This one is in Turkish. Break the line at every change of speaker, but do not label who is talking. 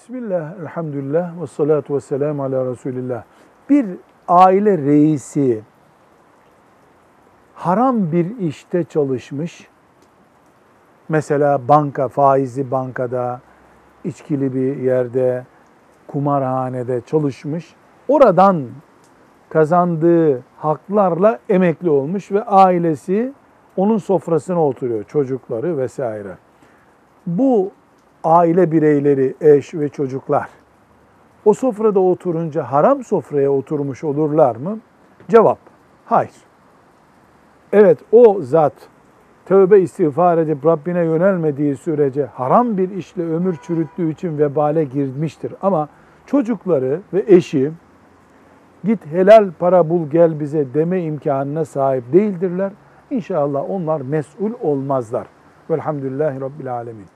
Bismillah, elhamdülillah, ve salatu ve selamu ala Resulillah. Bir aile reisi haram bir işte çalışmış, mesela banka, faizli bankada, içkili bir yerde, kumarhanede çalışmış, oradan kazandığı haklarla emekli olmuş ve ailesi onun sofrasına oturuyor, çocukları vesaire. Bu aile bireyleri, eş ve çocuklar o sofrada oturunca haram sofraya oturmuş olurlar mı? Cevap, hayır. Evet, o zat tövbe istiğfar edip Rabbine yönelmediği sürece haram bir işle ömür çürüttüğü için vebale girmiştir. Ama çocukları ve eşi git helal para bul gel bize deme imkanına sahip değildirler. İnşallah onlar mesul olmazlar. Velhamdülillahi Rabbil Alemin.